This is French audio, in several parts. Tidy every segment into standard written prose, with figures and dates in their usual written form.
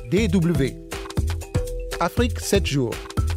DW. Afrique 7 jours.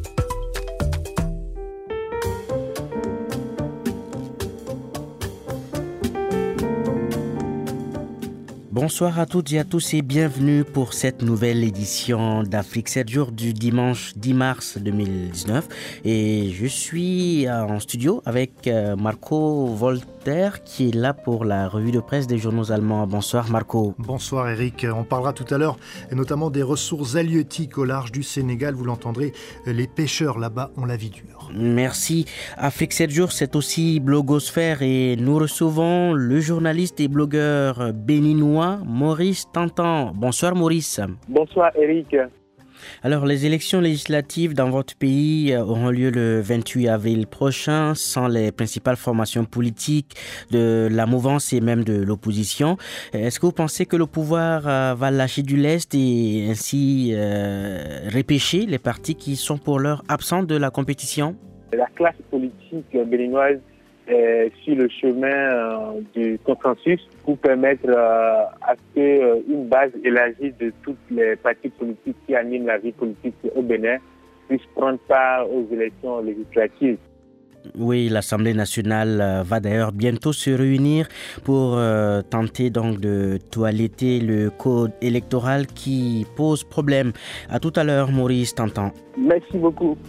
Bonsoir à toutes et à tous et bienvenue pour cette nouvelle édition d'Afrique 7 jours du dimanche 10 mars 2019. Et je suis en studio avec Marco Volter qui est là pour la revue de presse des journaux allemands. Bonsoir Marco. Bonsoir Eric. On parlera tout à l'heure notamment des ressources halieutiques au large du Sénégal. Vous l'entendrez, les pêcheurs là-bas ont la vie dure. Merci. Afrique 7 jours, c'est aussi Blogosphère et nous recevons le journaliste et blogueur béninois Maurice Tantan. Bonsoir Maurice. Bonsoir Eric. Alors, les élections législatives dans votre pays auront lieu le 28 avril prochain sans les principales formations politiques de la mouvance et même de l'opposition. Est-ce que vous pensez que le pouvoir va lâcher du lest et ainsi repêcher les partis qui sont pour l'heure absents de la compétition? La classe politique béninoise est sur le chemin du consensus pour permettre à ce qu'une base élargie de toutes les partis politiques qui animent la vie politique au Bénin puisse prendre part aux élections législatives. Oui, l'Assemblée nationale va d'ailleurs bientôt se réunir pour tenter donc de toiletter le code électoral qui pose problème. À tout à l'heure, Maurice Tantan. Merci beaucoup.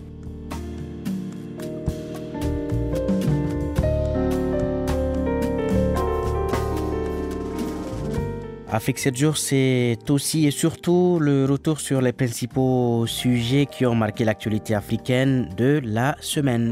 Afrique 7 jours, c'est aussi et surtout le retour sur les principaux sujets qui ont marqué l'actualité africaine de la semaine.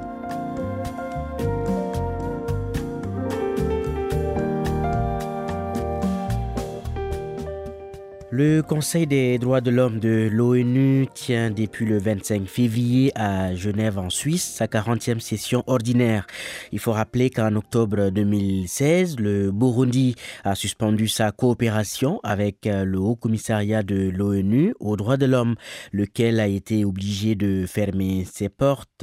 Le Conseil des droits de l'homme de l'ONU tient depuis le 25 février à Genève en Suisse sa 40e session ordinaire. Il faut rappeler qu'en octobre 2016, le Burundi a suspendu sa coopération avec le Haut Commissariat de l'ONU aux droits de l'homme, lequel a été obligé de fermer ses portes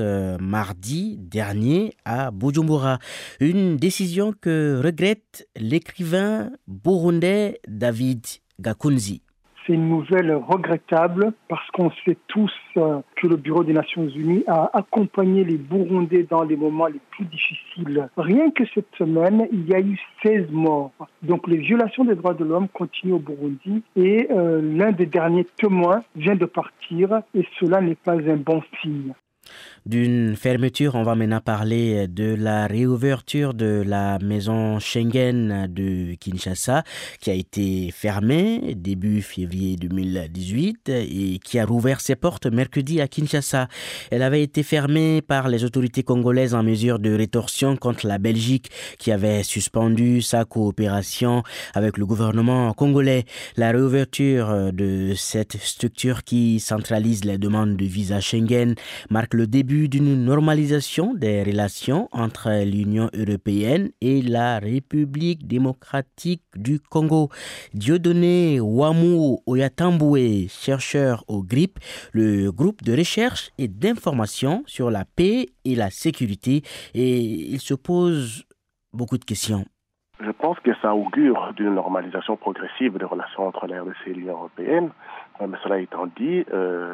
mardi dernier à Bujumbura. Une décision que regrette l'écrivain burundais David Gakunzi. C'est une nouvelle regrettable parce qu'on sait tous que le Bureau des Nations Unies a accompagné les Burundais dans les moments les plus difficiles. Rien que cette semaine, il y a eu 16 morts. Donc les violations des droits de l'homme continuent au Burundi et l'un des derniers témoins vient de partir et cela n'est pas un bon signe. D'une fermeture, on va maintenant parler de la réouverture de la maison Schengen de Kinshasa qui a été fermée début février 2018 et qui a rouvert ses portes mercredi à Kinshasa. Elle avait été fermée par les autorités congolaises en mesure de rétorsion contre la Belgique qui avait suspendu sa coopération avec le gouvernement congolais. La réouverture de cette structure qui centralise les demandes de visa Schengen marque le début d'une normalisation des relations entre l'Union européenne et la République démocratique du Congo. Dieudonné Ouamou Oyatamboué, chercheur au GRIP, le groupe de recherche et d'information sur la paix et la sécurité, et il se pose beaucoup de questions. Je pense que ça augure d'une normalisation progressive des relations entre la RDC et l'Union européenne. Mais cela étant dit,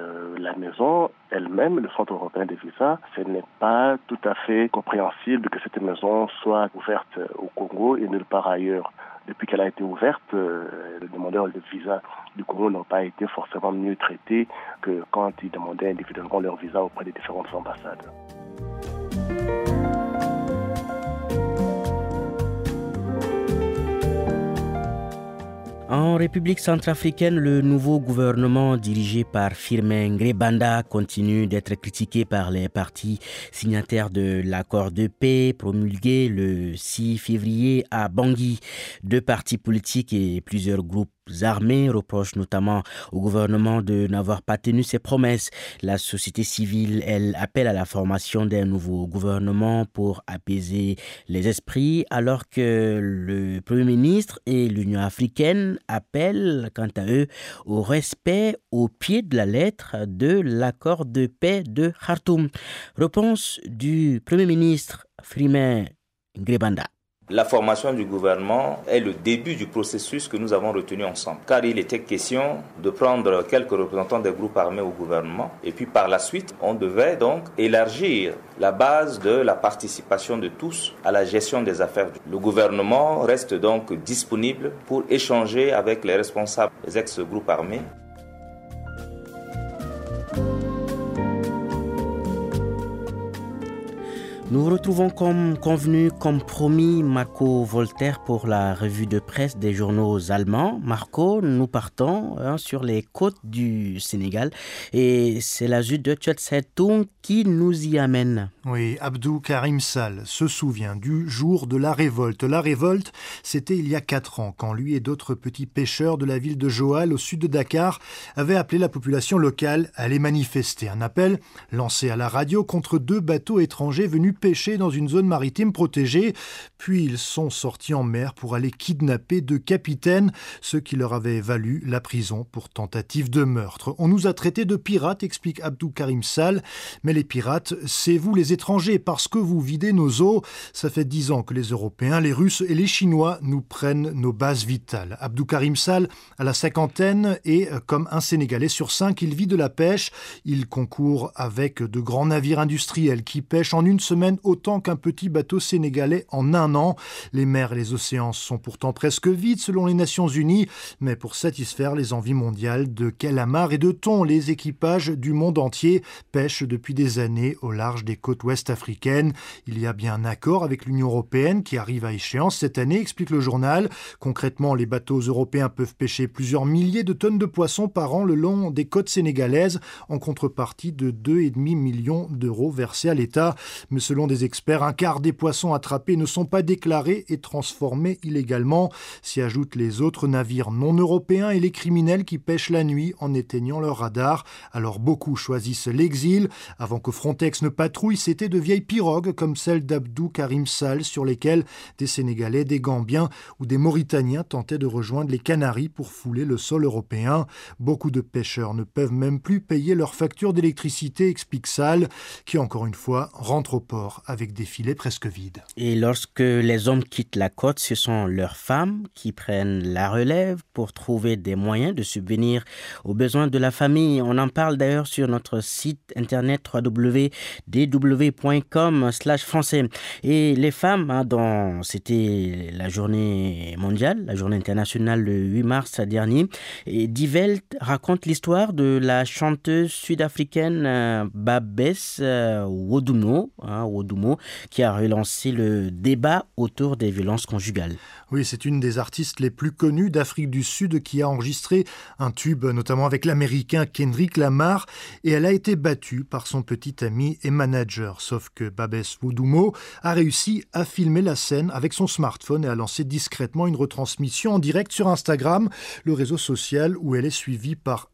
la maison elle-même, le Centre européen des visas, ce n'est pas tout à fait compréhensible que cette maison soit ouverte au Congo et nulle part ailleurs. Depuis qu'elle a été ouverte, les demandeurs de visa du Congo n'ont pas été forcément mieux traités que quand ils demandaient individuellement leur visa auprès des différentes ambassades. En République centrafricaine, le nouveau gouvernement dirigé par Firmin Ngrébanda continue d'être critiqué par les partis signataires de l'accord de paix promulgué le 6 février à Bangui. Deux partis politiques et plusieurs groupes armées reprochent notamment au gouvernement de n'avoir pas tenu ses promesses. La société civile, elle, appelle à la formation d'un nouveau gouvernement pour apaiser les esprits, alors que le Premier ministre et l'Union africaine appellent, quant à eux, au respect au pied de la lettre de l'accord de paix de Khartoum. Réponse du Premier ministre Firmin Ngrébanda. La formation du gouvernement est le début du processus que nous avons retenu ensemble, car il était question de prendre quelques représentants des groupes armés au gouvernement et puis par la suite, on devait donc élargir la base de la participation de tous à la gestion des affaires. Le gouvernement reste donc disponible pour échanger avec les responsables des ex-groupes armés. Nous retrouvons comme convenu, comme promis, Marco Voltaire pour la revue de presse des journaux allemands. Marco, nous partons sur les côtes du Sénégal et c'est la Süddeutsche Zeitung qui nous y amène. Oui, Abdou Karim Sall se souvient du jour de la révolte. La révolte, c'était il y a 4 ans, quand lui et d'autres petits pêcheurs de la ville de Joal, au sud de Dakar, avaient appelé la population locale à aller manifester. Un appel lancé à la radio contre 2 bateaux étrangers venus pêcher dans une zone maritime protégée. Puis ils sont sortis en mer pour aller kidnapper 2 capitaines, ce qui leur avait valu la prison pour tentative de meurtre. On nous a traités de pirates, explique Abdou Karim Sall, mais les pirates, c'est vous les étrangers, parce que vous videz nos eaux. Ça fait 10 ans que les Européens, les Russes et les Chinois nous prennent nos bases vitales. Abdou Karim Sall a la cinquantaine et, comme un Sénégalais sur 5, il vit de la pêche. Il concourt avec de grands navires industriels qui pêchent en une semaine autant qu'un petit bateau sénégalais en un an. Les mers et les océans sont pourtant presque vides selon les Nations Unies, mais pour satisfaire les envies mondiales de calamars et de thon, les équipages du monde entier pêchent depuis des années au large des côtes ouest africaines. Il y a bien un accord avec l'Union européenne qui arrive à échéance cette année, explique le journal. Concrètement, les bateaux européens peuvent pêcher plusieurs milliers de tonnes de poissons par an le long des côtes sénégalaises, en contrepartie de 2,5 millions d'euros versés à l'État. Mais selon des experts, un quart des poissons attrapés ne sont pas déclarés et transformés illégalement. S'y ajoutent les autres navires non européens et les criminels qui pêchent la nuit en éteignant leur radar. Alors beaucoup choisissent l'exil. Avant que Frontex ne patrouille, c'était de vieilles pirogues comme celle d'Abdou Karim Sall sur lesquelles des Sénégalais, des Gambiens ou des Mauritaniens tentaient de rejoindre les Canaries pour fouler le sol européen. Beaucoup de pêcheurs ne peuvent même plus payer leurs factures d'électricité, explique Sall, qui encore une fois rentre au port avec des filets presque vides. Et lorsque les hommes quittent la côte, ce sont leurs femmes qui prennent la relève pour trouver des moyens de subvenir aux besoins de la famille. On en parle d'ailleurs sur notre site internet www.dw.com/français. Et les femmes, dont c'était la journée mondiale, la journée internationale le 8 mars dernier, et Die Welt raconte l'histoire de la chanteuse sud-africaine Babes Wodumo, qui a relancé le débat autour des violences conjugales. Oui, c'est une des artistes les plus connues d'Afrique du Sud qui a enregistré un tube, notamment avec l'américain Kendrick Lamar, et elle a été battue par son petit ami et manager. Sauf que Babes Wodumo a réussi à filmer la scène avec son smartphone et a lancé discrètement une retransmission en direct sur Instagram, le réseau social où elle est suivie par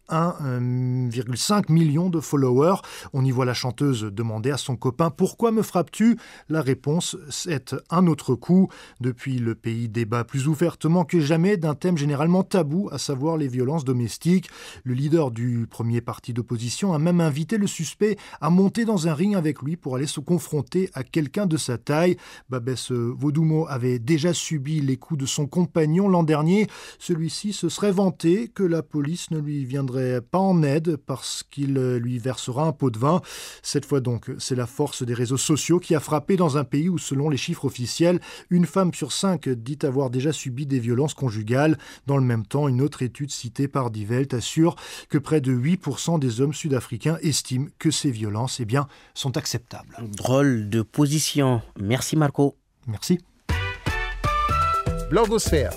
1,5 million de followers. On y voit la chanteuse demander à son copain « Pourquoi me frappes-tu ?» La réponse est un autre coup. Depuis, le pays débat plus ouvertement que jamais d'un thème généralement tabou, à savoir les violences domestiques. Le leader du premier parti d'opposition a même invité le suspect à monter dans un ring avec lui pour aller se confronter à quelqu'un de sa taille. Babes Wodumo avait déjà subi les coups de son compagnon l'an dernier. Celui-ci se serait vanté que la police ne lui viendrait pas en aide parce qu'il lui versera un pot de vin. Cette fois donc, c'est la force des réseaux sociaux qui a frappé dans un pays où, selon les chiffres officiels, une femme sur 5 dit avoir déjà subi des violences conjugales. Dans le même temps, une autre étude citée par Die Welt assure que près de 8% des hommes sud-africains estiment que ces violences sont acceptables. Drôle de position. Merci Marco. Merci. Blogosphère.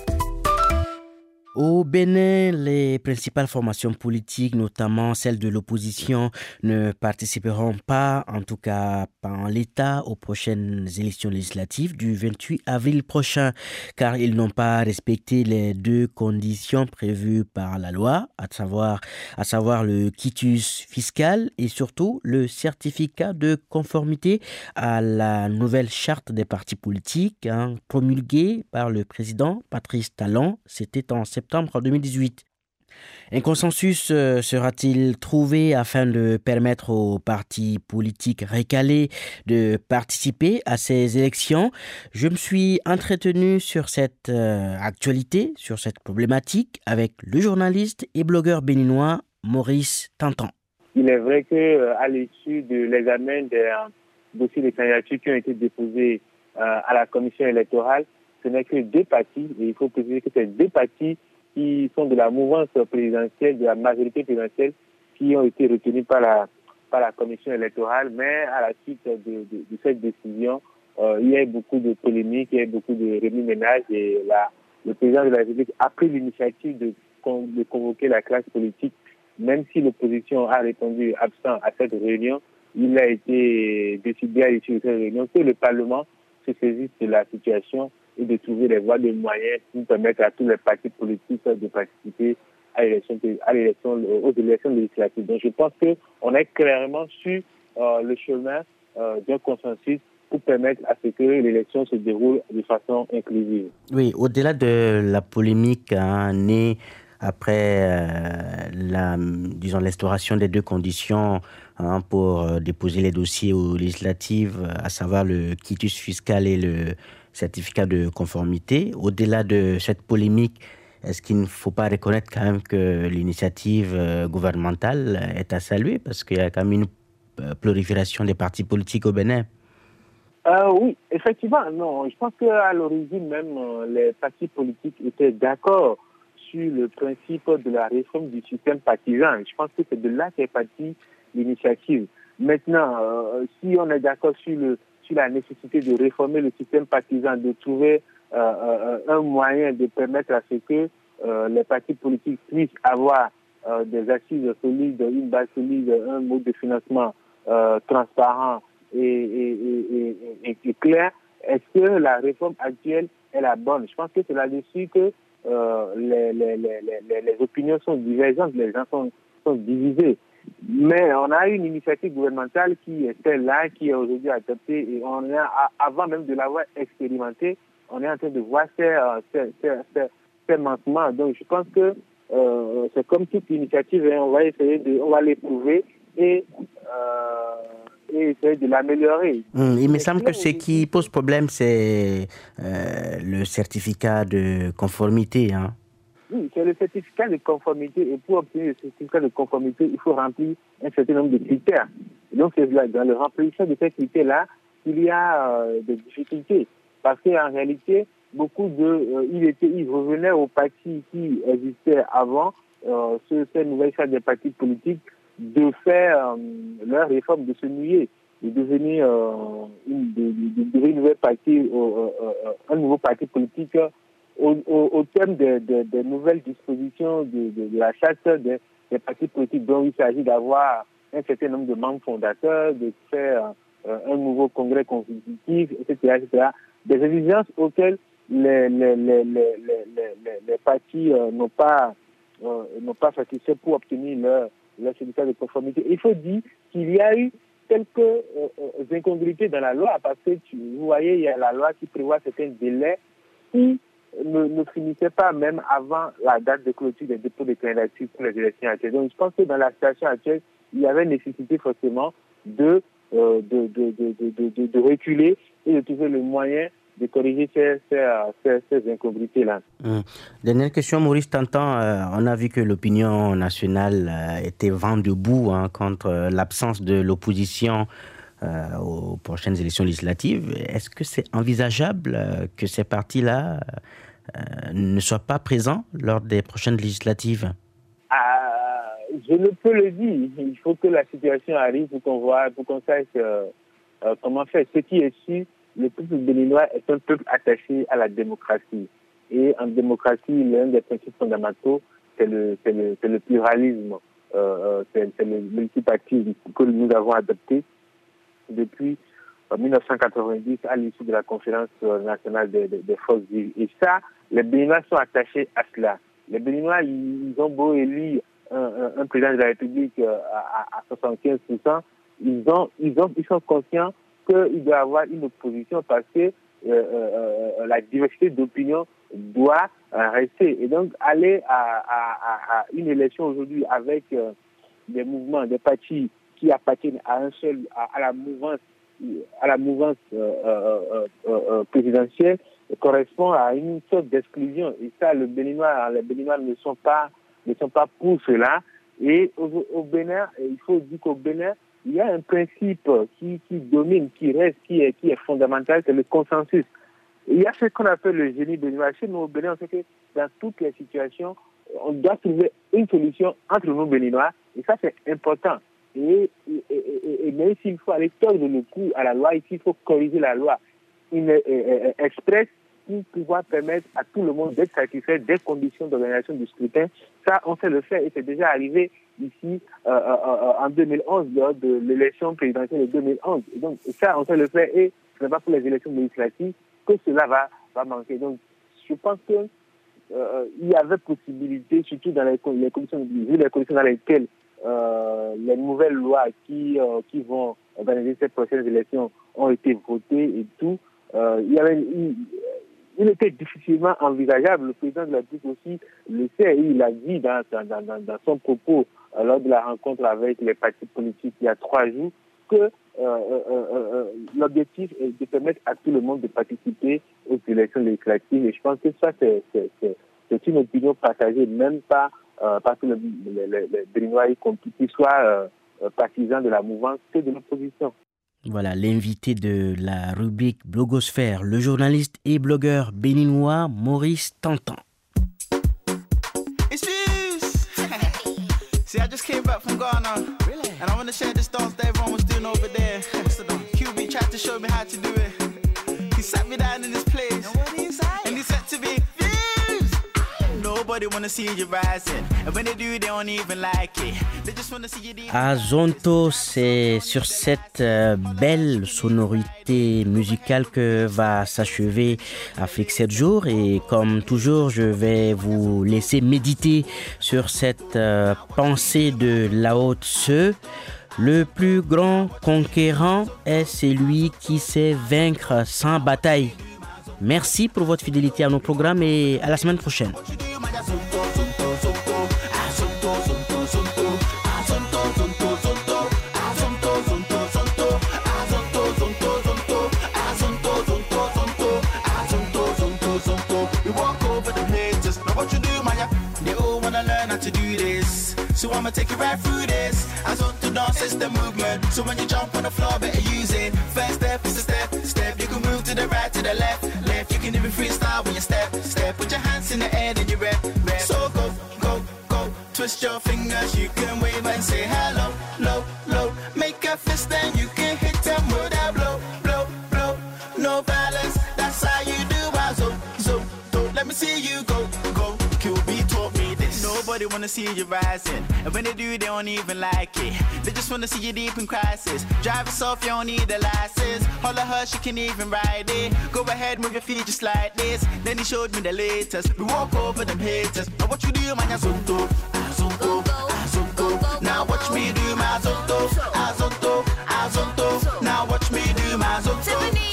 Au Bénin, les principales formations politiques, notamment celles de l'opposition, ne participeront pas, en tout cas pas en l'état, aux prochaines élections législatives du 28 avril prochain, car ils n'ont pas respecté les 2 conditions prévues par la loi, à savoir le quitus fiscal et surtout le certificat de conformité à la nouvelle charte des partis politiques promulguée par le président Patrice Talon. C'était en septembre 2018. Un consensus sera-t-il trouvé afin de permettre aux partis politiques recalés de participer à ces élections? Je me suis entretenu sur cette actualité, sur cette problématique avec le journaliste et blogueur béninois Maurice Tantan. Il est vrai qu'à l'issue de l'examen des dossiers de candidature qui ont été déposés à la commission électorale, ce n'est que deux partis, et il faut préciser que c'est deux partis qui sont de la mouvance présidentielle, de la majorité présidentielle, qui ont été retenus par la commission électorale. Mais à la suite de cette décision, il y a eu beaucoup de polémiques, il y a eu beaucoup de remue-ménage, et le président de la République a pris l'initiative de convoquer la classe politique. Même si l'opposition a répondu absent à cette réunion, il a été décidé à l'issue de cette réunion que le Parlement se saisisse de la situation et de trouver les voies de moyens pour permettre à tous les partis politiques de participer aux élections législatives. Donc je pense qu'on est clairement sur le chemin d'un consensus pour permettre à ce que l'élection se déroule de façon inclusive. Oui, au-delà de la polémique née après l'instauration des deux conditions pour déposer les dossiers aux législatives, à savoir le quitus fiscal et le certificat de conformité. Au-delà de cette polémique, est-ce qu'il ne faut pas reconnaître quand même que l'initiative gouvernementale est à saluer parce qu'il y a quand même une prolifération des partis politiques au Bénin? Oui, effectivement. Non, je pense qu'à l'origine même, les partis politiques étaient d'accord sur le principe de la réforme du système partisan. Je pense que c'est de là qu'est partie l'initiative. Maintenant, si on est d'accord sur la nécessité de réformer le système partisan, de trouver un moyen de permettre à ce que les partis politiques puissent avoir des assises solides, une base solide, un mode de financement transparent et clair, est-ce que la réforme actuelle est la bonne? Je pense que c'est là-dessus que les opinions sont divergentes, les gens sont divisés. Mais on a une initiative gouvernementale qui est celle-là, qui est aujourd'hui adoptée, et avant même de l'avoir expérimentée, on est en train de voir ces manquements. Donc je pense que c'est comme toute initiative, on va l'éprouver et essayer de l'améliorer. Il me semble que ce qui pose problème, c'est le certificat de conformité. Oui, c'est le certificat de conformité. Et pour obtenir le certificat de conformité, il faut remplir un certain nombre de critères. Et donc, c'est dans le remplissage de ces critères-là qu'il y a des difficultés. Parce qu'en réalité, ils revenaient aux partis qui existaient avant, ces nouvelles chartes des partis politiques, de faire leur réforme, de se mouiller, de devenir une nouvelle partie, un nouveau parti politique au terme des nouvelles dispositions de la charte des partis politiques, dont il s'agit d'avoir un certain nombre de membres fondateurs, de faire un nouveau congrès constitutif, etc., etc. Des exigences auxquelles les partis n'ont pas satisfait pour obtenir leur certificat de conformité. Il faut dire qu'il y a eu quelques incongruités dans la loi, parce que vous voyez, il y a la loi qui prévoit certains délais qui ne finissait pas même avant la date de clôture des dépôts de candidature pour les élections actuelles. Donc je pense que dans la situation actuelle, il y avait nécessité forcément de reculer et de trouver le moyen de corriger ces incongruités-là. Dernière question, Maurice Tantan. On a vu que l'opinion nationale était vent debout contre l'absence de l'opposition aux prochaines élections législatives. Est-ce que c'est envisageable que ces partis-là ne soient pas présents lors des prochaines législatives? Je ne peux le dire. Il faut que la situation arrive pour qu'on sache comment faire. Ce qui est sûr, le peuple béninois est un peuple attaché à la démocratie. Et en démocratie, l'un des principes fondamentaux, c'est le pluralisme, c'est le multipartisme que nous avons adopté depuis 1990 à l'issue de la conférence nationale des forces vives. Et ça, les Béninois sont attachés à cela. Les Béninois, ils ont beau élire un président de la République à 75%, ils sont conscients qu'il doit y avoir une opposition parce que la diversité d'opinions doit rester. Et donc, aller à une élection aujourd'hui avec des mouvements, des partis qui appartiennent à la mouvance présidentielle correspond à une sorte d'exclusion. Et ça, les Béninois ne sont pas pour cela. Et au Bénin, il faut dire qu'au Bénin, il y a un principe qui domine, qui est fondamental, c'est le consensus. Il y a ce qu'on appelle le génie béninois. Chez nous, au Bénin, on sait que dans toutes les situations, on doit trouver une solution entre nous, Béninois, et ça, c'est important. Et même s'il faut aller tordre le cou à la loi, ici, il faut corriger la loi express pour pouvoir permettre à tout le monde d'être satisfait des conditions d'organisation du scrutin. Ça, on sait le faire et c'est déjà arrivé ici en 2011, lors de l'élection présidentielle de 2011. Et donc, ça, on sait le faire et ce n'est pas pour les élections législatives que cela va manquer. Donc, je pense que il y avait possibilité, surtout dans les conditions dans lesquelles les nouvelles lois qui vont organiser ces prochaines élections ont été votées et tout. Il était difficilement envisageable. Le président de la République aussi le sait. Il l'a dit dans son propos lors de la rencontre avec les partis politiques il y a 3 jours que l'objectif est de permettre à tout le monde de participer aux élections législatives. Et je pense que ça, c'est une opinion partagée, même pas parce que les Béninois qui soient partisans de la mouvance que de l'opposition. Voilà l'invité de la rubrique Blogosphère, le journaliste et blogueur béninois Maurice Tantan. It's Fuse! See, I just came back from Ghana. Really? And I want to share this dance that everyone was doing over there. What's the dance? QB tried to show me how to do it. He sat me down in this place. And he said to me, Fuse! Nobody want to see you rising. And when they do, they don't even like it. They just want to see you deep. Azonto, c'est sur cette belle sonorité musicale que va s'achever Afrique 7 jours. Et comme toujours, je vais vous laisser méditer sur cette pensée de Lao Tse. Le plus grand conquérant est celui qui sait vaincre sans bataille. Merci pour votre fidélité à nos programmes et à la semaine prochaine. So I'ma take you right through this. As on to dance, it's the movement. So when you jump on the floor, better use it. First step is a step. You can move to the right, to the left. You can even freestyle when you step. Put your hands in the air, then you rep. So go. Twist your fingers, you can wave and say hello, low. Make a fist, then you can hit them with that blow. No balance, that's how you do my zo. Let me see you go. QB taught me this. Nobody wanna see you rising, and when they do, they don't even like it. They just wanna see you deep in crisis. Drive yourself, you don't need a license. Holler her, she can even ride it. Go ahead, move your feet just like this. Then he showed me the latest. We walk over them haters. Now what you do, man, Azonto. Now watch me do my Azonto. Now watch me do my Azonto.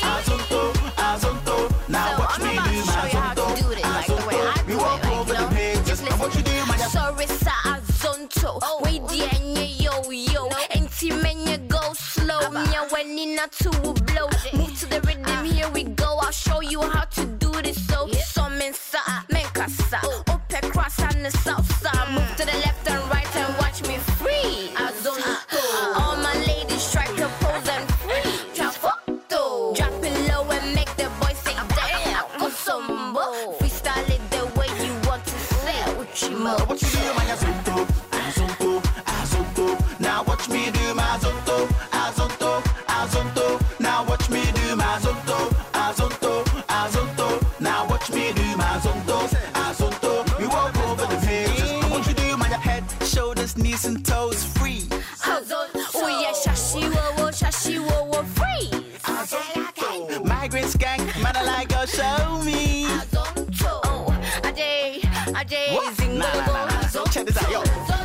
Now watch me do my Azonto. We walk over them haters. Now what you do, man, sorry, sa Azonto. Wait, yo. Enti menye go slow. Nya when in a two blow. Move to the rhythm, here we go. I'll show you how to do this. So, some mensa, menkasa. Ope cross on the south side. Move to the left and right and watch me free. Azonto. All my ladies strike a pose and free. Trafoto. Drop it low and make the boys say damn. Kosombo. Freestyle it the way you want to say. Uchimo. What you do, man, Azonto. Now watch me do my Azonto. Now watch me do my Azonto. Now watch me do my Azonto. We walk over the pages. Now what you do, man, your head, shoulders, knees and toes free. Azonto. Oh yeah, shashi wo freeze. Azonto. Migrants gang, man, I like go show me. Azonto. Oh, Ajay, What? Nah. Check this out, yo.